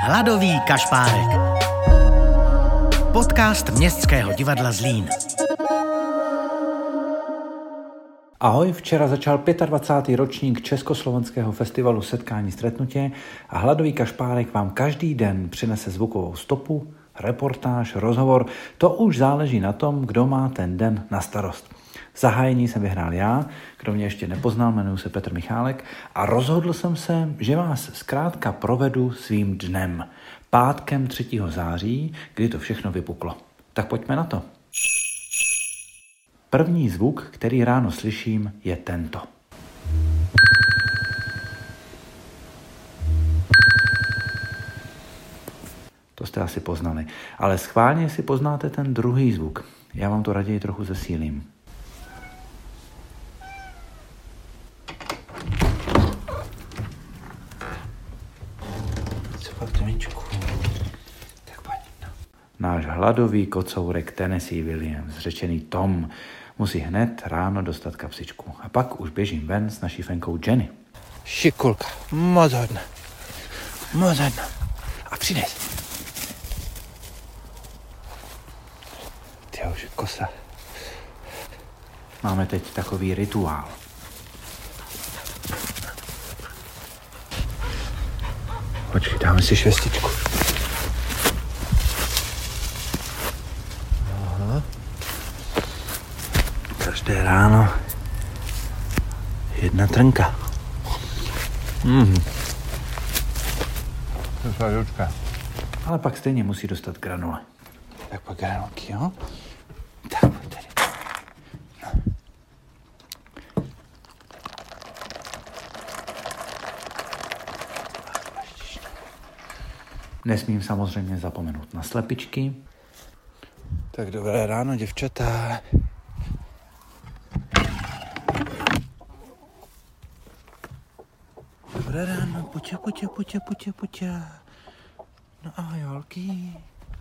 Hladový kašpárek. Podcast Městského divadla Zlín. Ahoj, včera začal 25. ročník Československého festivalu Setkání stretnutě a Hladový kašpárek vám každý den přinese zvukovou stopu, reportáž, rozhovor. To už záleží na tom, kdo má ten den na starost. Zahájení jsem vyhrál já, kdo mě ještě nepoznal, jmenuji se Petr Michálek a rozhodl jsem se, že vás zkrátka provedu svým dnem. Pátkem 3. září, kdy to všechno vypuklo. Tak pojďme na to. První zvuk, který ráno slyším, je tento. To jste asi poznali. Ale schválně si poznáte ten druhý zvuk. Já vám to raději trochu zesílím. Náš hladový kocourek Tennessee Williams, řečený Tom, musí hned ráno dostat kapsičku. A pak už běžím ven s naší fenkou Jenny. Šikulka, moc hodná. Moc hodná. A přines. Ty už je kosa. Máme teď takový rituál. Počkej, dáme si švestičku. Každé ráno jedna trnka. To je sladučka. Ale pak stejně musí dostat granule. Tak pak granulky, jo? Tak pojď tady. No. Nesmím samozřejmě zapomenout na slepičky. Tak dobré ráno, děvčata. Dobré ráno, pojď. No ahoj, holky.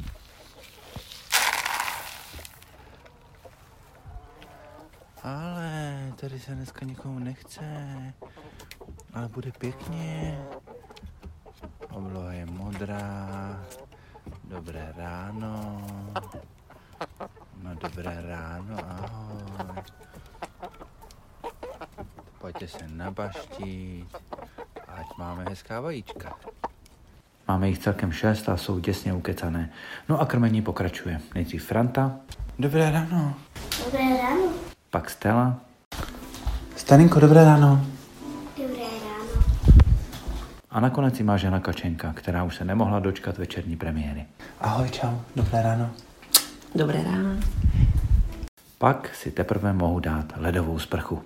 Ale tady se dneska nikomu nechce. Ale bude pěkně. Obloha je modrá. Dobré ráno. No dobré ráno, ahoj. Pojďte se nabaštit, ať máme hezká vajíčka. Máme jich celkem 6 a jsou těsně ukecané. No a krmení pokračuje. Nejdřív Franta. Dobré ráno. Dobré ráno. Pak Stella. Staninko, dobré ráno. Dobré ráno. A nakonec si má žena Kačenka, která už se nemohla dočkat večerní premiéry. Ahoj, čau, dobré ráno. Dobré ráno. Pak si teprve mohu dát ledovou sprchu.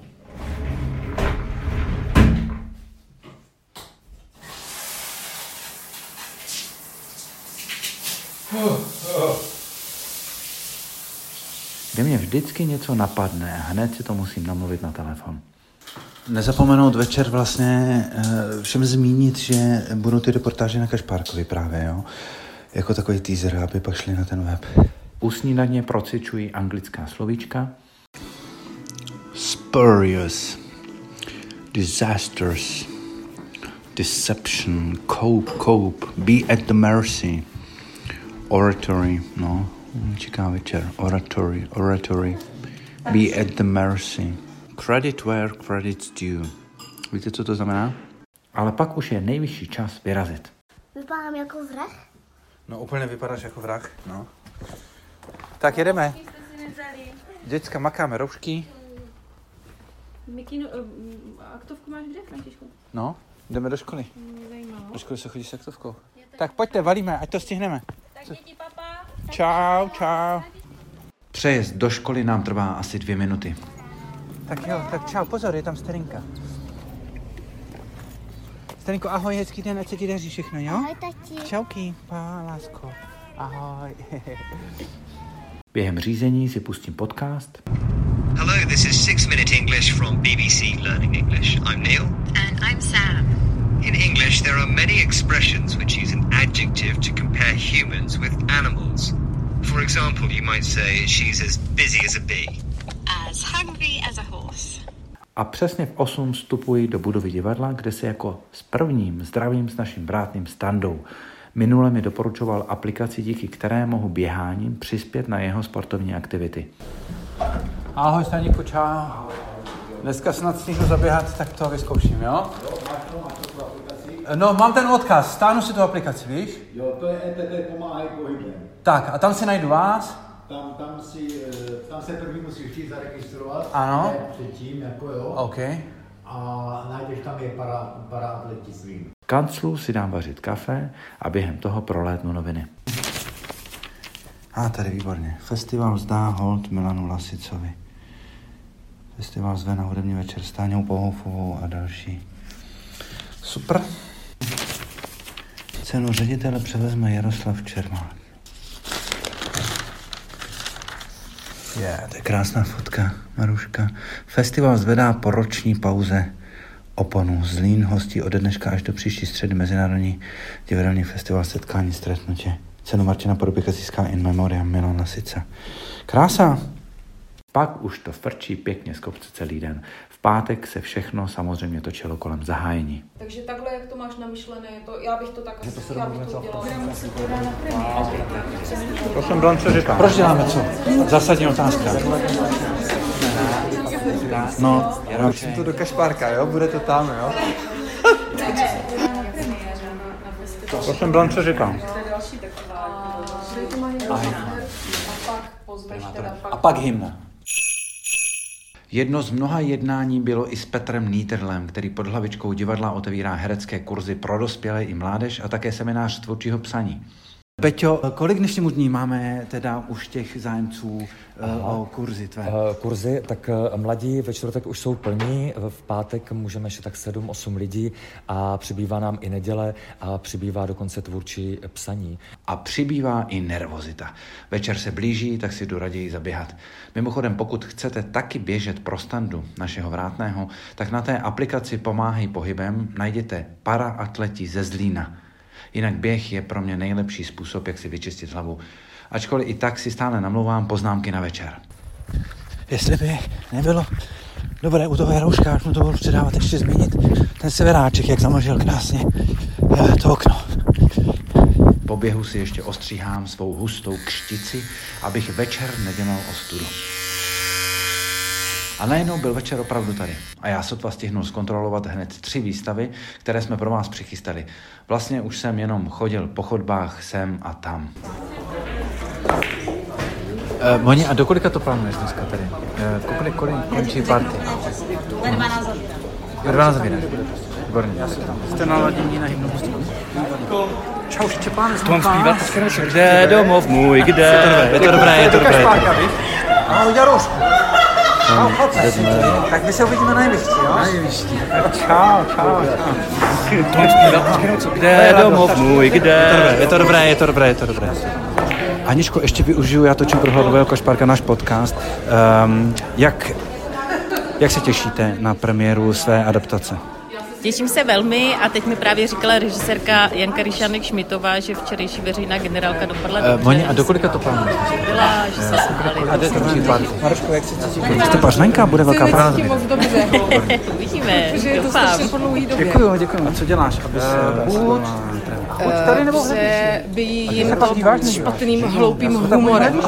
Kde mě vždycky něco napadne a hned si to musím namluvit na telefon. Nezapomenout večer vlastně všem zmínit, že budou ty reportáže na Kašpárkovi právě, jo? Jako takový teaser, aby pak šli na ten web. U snídaně procvičuji anglická slovíčka. Spurious, disasters, deception, cope, be at the mercy, oratory, no, čeká večer, oratory, be at the mercy, credit where credit's due. Víte, co to znamená? Ale pak už je nejvyšší čas vyrazit. Vypadám jako vrah? No úplně vypadáš jako vrah, no. Tak jedeme. Děcka, makáme roušky. Mikinu, aktovku máš kde, Františku? No, jdeme do školy. Zajímalo. Do školy se chodí s aktovkou. Tak pojďte, valíme, ať to stihneme. Tak děti, papa. Čau. Přejezd do školy nám trvá asi 2 minuty. Tak jo, tak čau, pozor, je tam Starinka. Starinko, ahoj, hezký den, ať se ti daří všechno, jo? Ahoj, tati. Čauky, pá, lásko. Ahoj. Během řízení si pustím podcast. Hello, this is 6 Minute English from BBC Learning English. I'm Neil. And I'm Sam. In English, there are many expressions which use an adjective to compare humans with animals. For example, you might say, she's as busy as a bee. As hungry as a horse. A přesně v 8 vstupuji do budovy divadla, kde se jako s prvním zdravím s naším brátným Standou. Minule mi doporučoval aplikaci, díky které mohu běháním přispět na jeho sportovní aktivity. Ahoj Staníku, čau. Dneska snad stihnu zaběhat, tak to vyzkouším, jo? No, mám ten odkaz, stáhnu si tu aplikaci, víš? Jo, to je ETT Pomáhaj pohybem. Tak, a tam si najdu vás? Tam se první musíš vždy zaregistrovat. Ano. Předtím, jako jo. OK. A najdeš tam je paraatleti svým. V kanclu si dám vařit kafe a během toho prolétnu noviny. Tady výborně. Festival vzdá hold Milanu Lasicovi. Festival zve na hudební večer s Táňou Pohoufovou a další. Super. Cenu ředitele převezme Jaroslav Čermák. To je krásná fotka, Maruška. Festival zvedá po roční pauze oponu. Zlín hostí ode dneška až do příští středy Mezinárodní divadelní festival Setkání stretnutě. Cenu Martina Porubika získá in memoriam Milan Lasica. Krása! Pak už to frčí pěkně z kopce celý den. V pátek se všechno samozřejmě točilo kolem zahájení. Takže takhle, jak to máš namyšlené, já bych to tak udělala. Prosím, Blan, co říkám? Proč děláme co? Zásadní otázka. No, já už jsem to do Kašpárka, jo? Bude to tam, jo? Prosím, Blan, co říkám? A pak hymna. Jedno z mnoha jednání bylo i s Petrem Niederlem, který pod hlavičkou divadla otevírá herecké kurzy pro dospělé i mládež a také seminář tvůrčího psaní. Peťo, kolik dnešnímu dní máme teda už těch zájemců o kurzy tvé? Kurzy, tak mladí ve čtvrtek už jsou plní, v pátek můžeme ještě tak 7-8 lidí a přibývá nám i neděle a přibývá dokonce tvůrčí psaní. A přibývá i nervozita. Večer se blíží, tak si jdu raději zaběhat. Mimochodem, pokud chcete taky běžet pro Standu, našeho vrátného, tak na té aplikaci Pomáhej pohybem najděte paraatleti ze Zlína. Jinak běh je pro mě nejlepší způsob, jak si vyčistit hlavu. Ačkoliv i tak si stále namlouvám poznámky na večer. Jestli by nebylo dobré u toho Jarouška, až mu to budu předávat, ještě zmínit ten severáček, jak zamlžil krásně to okno. Po běhu si ještě ostříhám svou hustou kštici, abych večer nedělal ostudu. A najednou byl večer opravdu tady. A já sotva stihnul zkontrolovat hned 3 výstavy, které jsme pro vás přichystali. Vlastně už jsem jenom chodil po chodbách sem a tam. Moni, a do kolika to plánuješ dneska tady? Kolik končí party? Ve 12 zavírám. Ve 12 zavíráš? Výborně. Jste naladění na hymnu? Čau, Štěpáne, to mám zpívat teďka, kde domov můj, kde... Je to dobré. Ahoj, Jaroušku. Tak my se uvidíme na jevišti, jo? Na jevišti. Čau. To mám zpívat teďka, kde domov můj, kde... Je to dobré. Aničko, ještě využiju, já točím pro Hladového Kašpárka náš podcast. Jak se těšíte na premiéru své adaptace? Těším se velmi a teď mi právě říkala režisérka Janka Ryšánek-Šmitová, že včerejší veřejná generálka dopadla dobře. Moni, a do kolika to plánuješ? Byla, že se smáli. A jde to přijít party. Maroško, jak se cítíte? Jste pařmenka, bude velká prázdnina. Moc dobře. Uvidíme, Protože je to doufám. strašně po dlouhý době. Děkuju. A co děláš, aby se... tady nebo že by jim to špatným, hloupým humorem.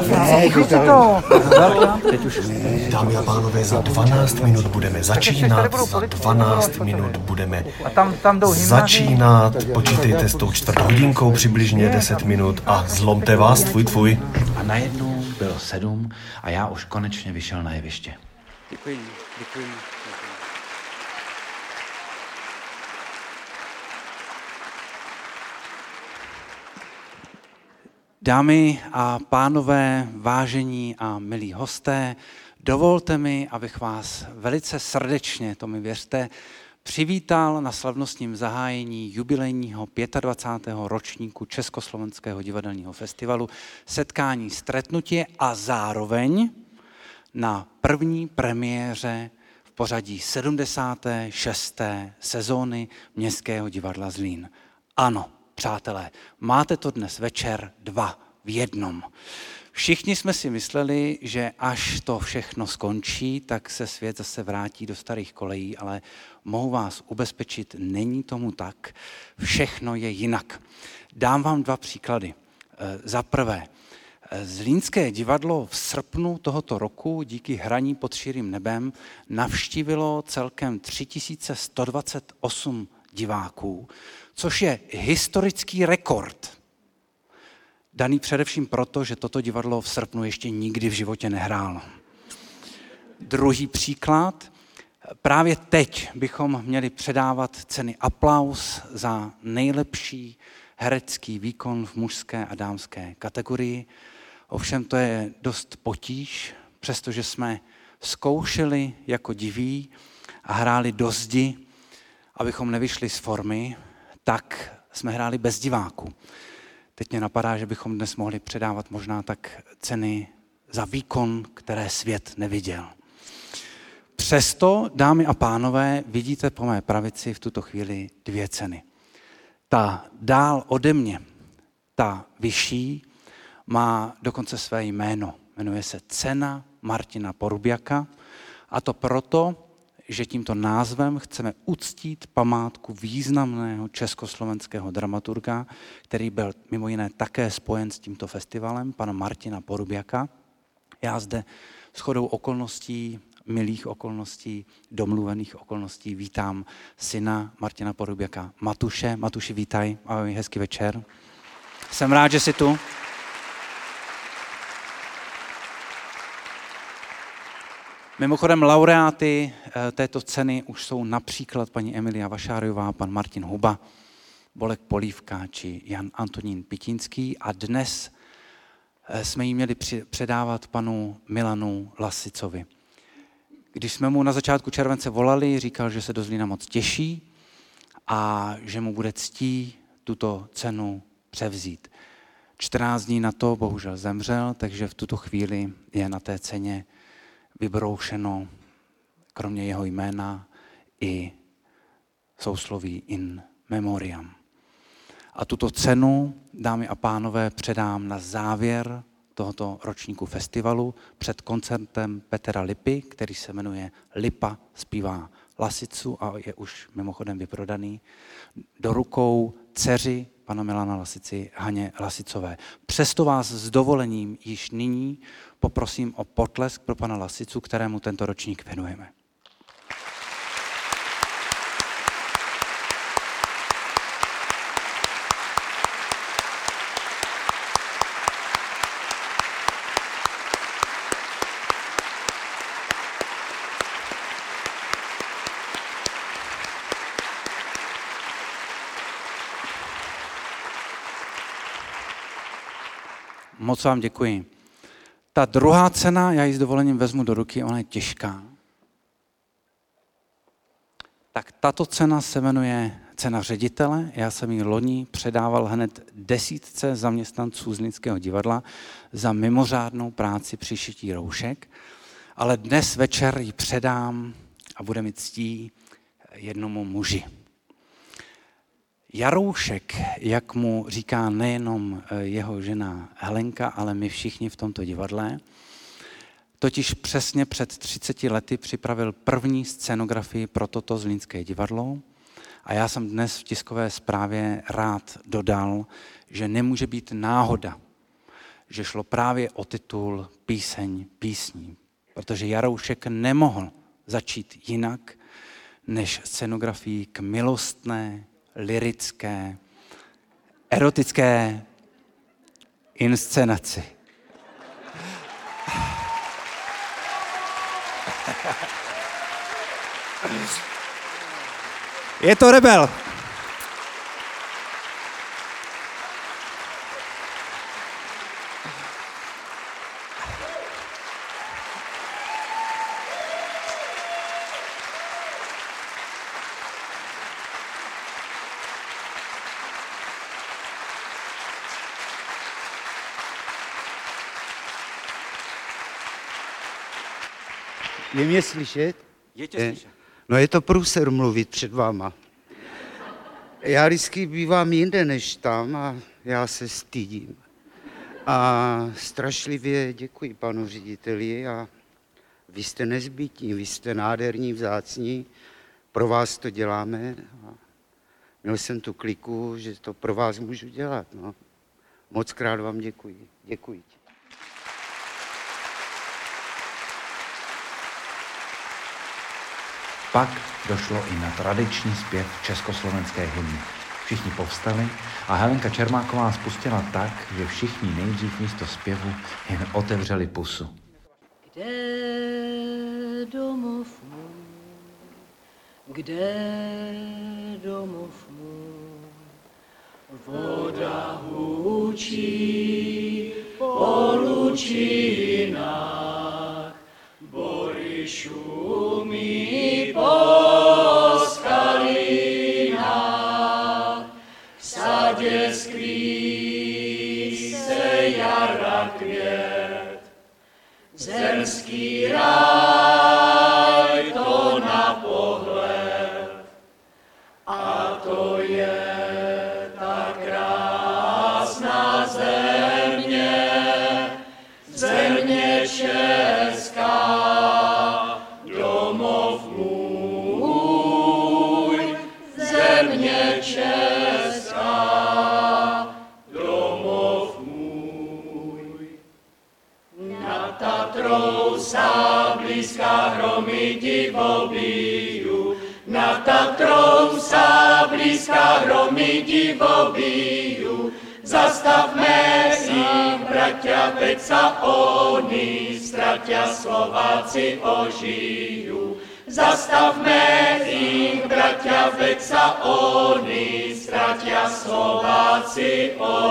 Teď už. Dámy a pánové, za 12 minut budeme začínat, za 12 minut budeme začínat, počítejte s tou 4 hodinkou, přibližně 10 minut a zlomte vás, tvůj. A najednou bylo 7 a já už konečně vyšel na jeviště. Děkuji. Dámy a pánové, vážení a milí hosté, dovolte mi, abych vás velice srdečně, to mi věřte, přivítal na slavnostním zahájení jubilejního 25. ročníku Československého divadelního festivalu Setkání stretnutě a zároveň na první premiéře v pořadí 76. sezóny Městského divadla Zlín. Ano, přátelé, máte to dnes večer 2 v 1. Všichni jsme si mysleli, že až to všechno skončí, tak se svět zase vrátí do starých kolejí, ale mohu vás ubezpečit, není tomu tak. Všechno je jinak. Dám vám 2 příklady. Za prvé, Zlínské divadlo v srpnu tohoto roku díky hraní pod širým nebem navštívilo celkem 3128 diváků, což je historický rekord. Daný především proto, že toto divadlo v srpnu ještě nikdy v životě nehrálo. Druhý příklad. Právě teď bychom měli předávat ceny Aplaus za nejlepší herecký výkon v mužské a dámské kategorii. Ovšem to je dost potíž, přestože jsme zkoušeli jako diví a hráli do zdi, abychom nevyšli z formy, tak jsme hráli bez diváků. Teď mě napadá, že bychom dnes mohli předávat možná tak ceny za výkon, které svět neviděl. Přesto, dámy a pánové, vidíte po mé pravici v tuto chvíli 2 ceny. Ta dál ode mě, ta vyšší, má dokonce své jméno. Jmenuje se Cena Martina Porubiaka a to proto, že tímto názvem chceme uctít památku významného československého dramaturga, který byl mimo jiné také spojen s tímto festivalem, pana Martina Porubiaka. Já zde shodou okolností, milých okolností, domluvených okolností vítám syna Martina Porubiaka, Matuše. Matuši, vítaj, ahoj, hezký večer. Jsem rád, že jsi tu. Mimochodem laureáty této ceny už jsou například paní Emilia Vašáriová, pan Martin Huba, Bolek Polívka či Jan Antonín Pitínský a dnes jsme jí měli předávat panu Milanu Lasicovi. Když jsme mu na začátku července volali, říkal, že se do Zlína moc těší a že mu bude ctí tuto cenu převzít. 14 dní na to bohužel zemřel, takže v tuto chvíli je na té ceně vybroušeno kromě jeho jména i sousloví in memoriam. A tuto cenu, dámy a pánové, předám na závěr tohoto ročníku festivalu před koncertem Petra Lipy, který se jmenuje Lipa zpívá Lasicu a je už mimochodem vyprodaný, do rukou dceři pana Milana Lasici, Haně Lasicové. Přesto vás s dovolením již nyní poprosím o potlesk pro pana Lasicu, kterému tento ročník věnujeme. Moc vám děkuji. Ta druhá cena, já ji s dovolením vezmu do ruky, ona je těžká. Tak tato cena se jmenuje cena ředitele. Já jsem ji loni předával hned 10 zaměstnanců Zlínského divadla za mimořádnou práci při šití roušek, ale dnes večer ji předám a bude mi ctí jednomu muži. Jaroušek, jak mu říká nejenom jeho žena Helenka, ale my všichni v tomto divadle, totiž přesně před 30 lety připravil první scenografii pro toto Zlínské divadlo a já jsem dnes v tiskové zprávě rád dodal, že nemůže být náhoda, že šlo právě o titul Píseň písní, protože Jaroušek nemohl začít jinak než scenografií k milostné, lyrické, erotické inscenaci. Je to Rebel. Je mě slyšet? Je tě slyšet. No je to průser mluvit před váma. Já vždycky bývám jinde než tam a já se stydím. A strašlivě děkuji panu řediteli a vy jste nezbytní, vy jste nádherní, vzácní, pro vás to děláme. Měl jsem tu kliku, že to pro vás můžu dělat. No. Moc krát vám děkuji. Děkuji ti. Pak došlo i na tradiční zpěv československé hymny. Všichni povstali a Helenka Čermáková spustila tak, že všichni nejdřív místo zpěvu jen otevřeli pusu. Kde domov můj, kde domov můj, voda hučí po lučinách, bory šumí po skalinách, v sadě skrýt se jara květ, zemský ráj to na pohled, a to je ta krásná země, země česká, domov můj, země česká, domov můj. Nad Tatrou sá blízká hromy divo biju, nad Tatrou sá blízká hromy divo biju. Zastavme ich, bratia, veď sa oni, stratia Slováci ožiju. Zastavme ich, bratia, veď sa oni, stratia Slováci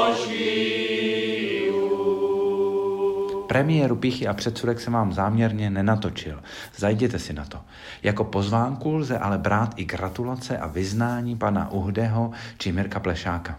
ožiju. Premiéru Pichy a předsudek jsem vám záměrně nenatočil. Zajděte si na to. Jako pozvánku lze ale brát i gratulace a vyznání pana Uhdeho či Mirka Plešáka.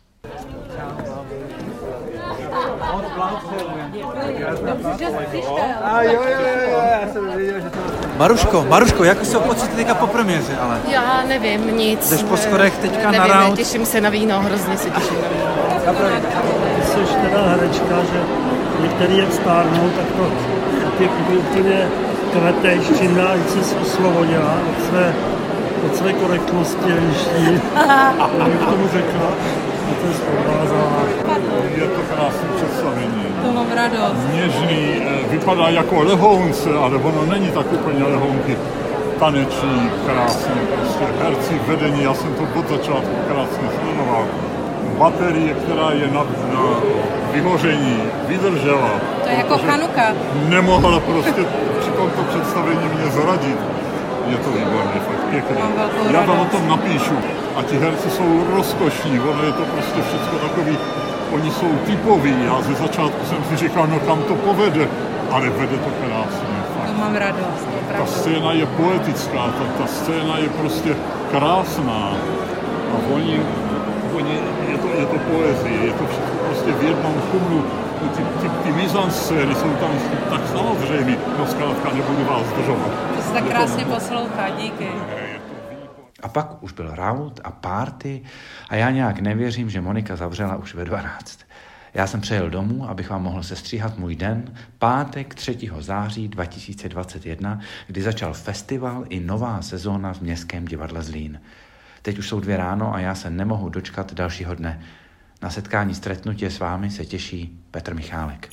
Maruško, jak jsou pocity teďka po premiéře, ale? Já nevím, nic. Jdeš po schodech teďka na nevím, round? Těším se na víno, hrozně se těším na víno. Ty jsi teda herečka, že některý jak stárnou, tak to ty úplně kveteš, čím dál víc se osvobodila od své korektnosti ježí. Já bych tomu řekla, a to je spoluvázala. Je to krásné představení. To mám radost. Něžný, vypadá jako lehounce, ale ono není tak úplně lehounky. Taneční, krásně, prostě herci, vedení, já jsem to od začátku krásně sledoval. Baterie, která je na vyhoření, vydržela. To je jako Chanuka. Nemohla prostě při tomto představení mě zradit. Je to výborné, fakt pěkné. Já vám o tom napíšu. A ti herci jsou rozkošní, ono je to prostě všechno takový, oni jsou typoví. Já ze začátku jsem si říkal, no kam to povede, ale vede to krásně. Fakt. To mám radost. Ta scéna je poetická, ta scéna je prostě krásná. A oni je to poezie, je to všechno prostě v jednom chumlu. Ty mizanscény jsou tam tak samozřejmě, no zkrátka nebudu vás zdržovat. To se tak krásně poslouchá, díky. A pak už byl round a party a já nějak nevěřím, že Monika zavřela už ve 12. Já jsem přejel domů, abych vám mohl sestříhat můj den, pátek 3. září 2021, kdy začal festival i nová sezóna v Městském divadle Zlín. Teď už jsou 2 ráno a já se nemohu dočkat dalšího dne. Na setkání Stretnutě s vámi se těší Petr Michálek.